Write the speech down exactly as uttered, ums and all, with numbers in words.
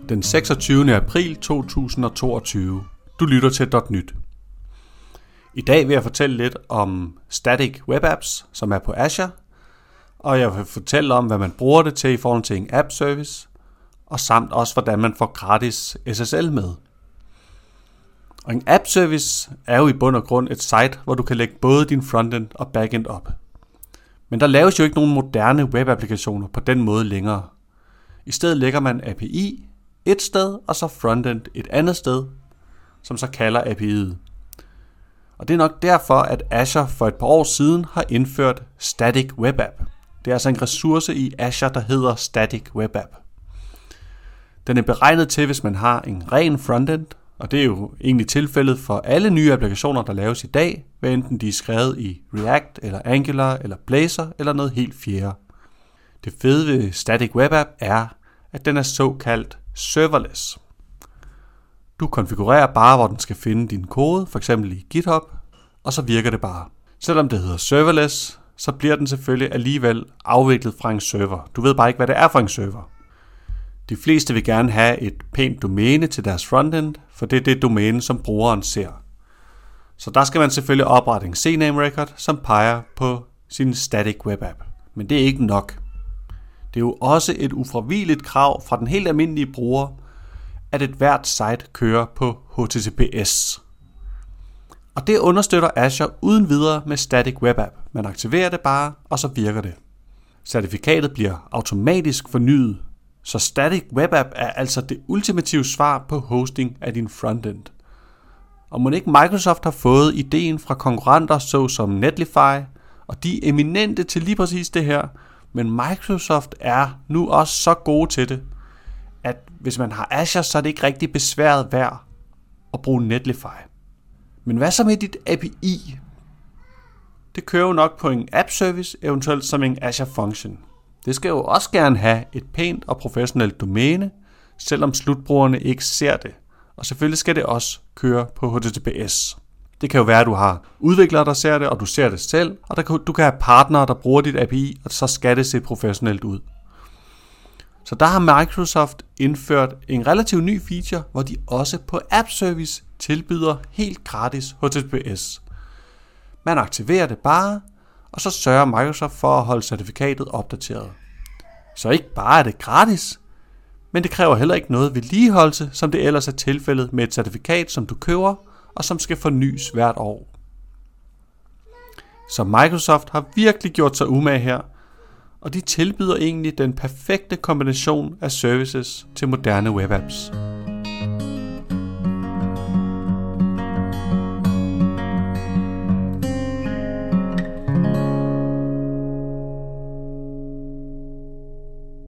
den seksogtyvende april to tusind og toogtyve. Du lytter til .nyt. I dag vil jeg fortælle lidt om Static Web Apps, som er på Azure, og jeg vil fortælle om, hvad man bruger det til i forhold til en app service, og samt også, hvordan man får gratis S S L med. Og en app service er jo i bund og grund et site, hvor du kan lægge både din frontend og backend op. Men der laves jo ikke nogen moderne webapplikationer på den måde længere. I stedet lægger man A P I et sted, og så frontend et andet sted, som så kalder A P I'et. Og det er nok derfor, at Azure for et par år siden har indført Static Web App. Det er altså en ressource i Azure, der hedder Static Web App. Den er beregnet til, hvis man har en ren frontend, og det er jo egentlig tilfældet for alle nye applikationer, der laves i dag, hvad enten de er skrevet i React, eller Angular, eller Blazor, eller noget helt fjerde. Det fede ved Static Web App er, at den er såkaldt serverless. Du konfigurerer bare, hvor den skal finde din kode, f.eks. i GitHub, og så virker det bare. Selvom det hedder serverless, så bliver den selvfølgelig alligevel afviklet fra en server. Du ved bare ikke, hvad det er for en server. De fleste vil gerne have et pænt domæne til deres frontend, for det er det domæne, som brugeren ser. Så der skal man selvfølgelig oprette en C name record, som peger på sin Static Web App. Men det er ikke nok. Det er jo også et ufravigeligt krav fra den helt almindelige bruger, at et hvert site kører på H T T P S. Og det understøtter Azure uden videre med Static Web App. Man aktiverer det bare, og så virker det. Certifikatet bliver automatisk fornyet, så Static Web App er altså det ultimative svar på hosting af din frontend. Og må ikke Microsoft har fået ideen fra konkurrenter såsom Netlify, og de er eminente til lige præcis det her, men Microsoft er nu også så gode til det, at hvis man har Azure, så er det ikke rigtig besværet værd at bruge Netlify. Men hvad så med dit A P I? Det kører jo nok på en app service, eventuelt som en Azure Function. Det skal jo også gerne have et pænt og professionelt domæne, selvom slutbrugerne ikke ser det. Og selvfølgelig skal det også køre på H T T P S. Det kan jo være, at du har udviklere, der ser det, og du ser det selv, og der kan, du kan have partnere, der bruger dit A P I, og så skal det se professionelt ud. Så der har Microsoft indført en relativt ny feature, hvor de også på App Service tilbyder helt gratis H T T P S. Man aktiverer det bare, og så sørger Microsoft for at holde certifikatet opdateret. Så ikke bare er det gratis, men det kræver heller ikke noget vedligeholdelse, som det ellers er tilfældet med et certifikat, som du køber, og som skal fornyes hvert år. Så Microsoft har virkelig gjort sig umage her, og de tilbyder egentlig den perfekte kombination af services til moderne web apps.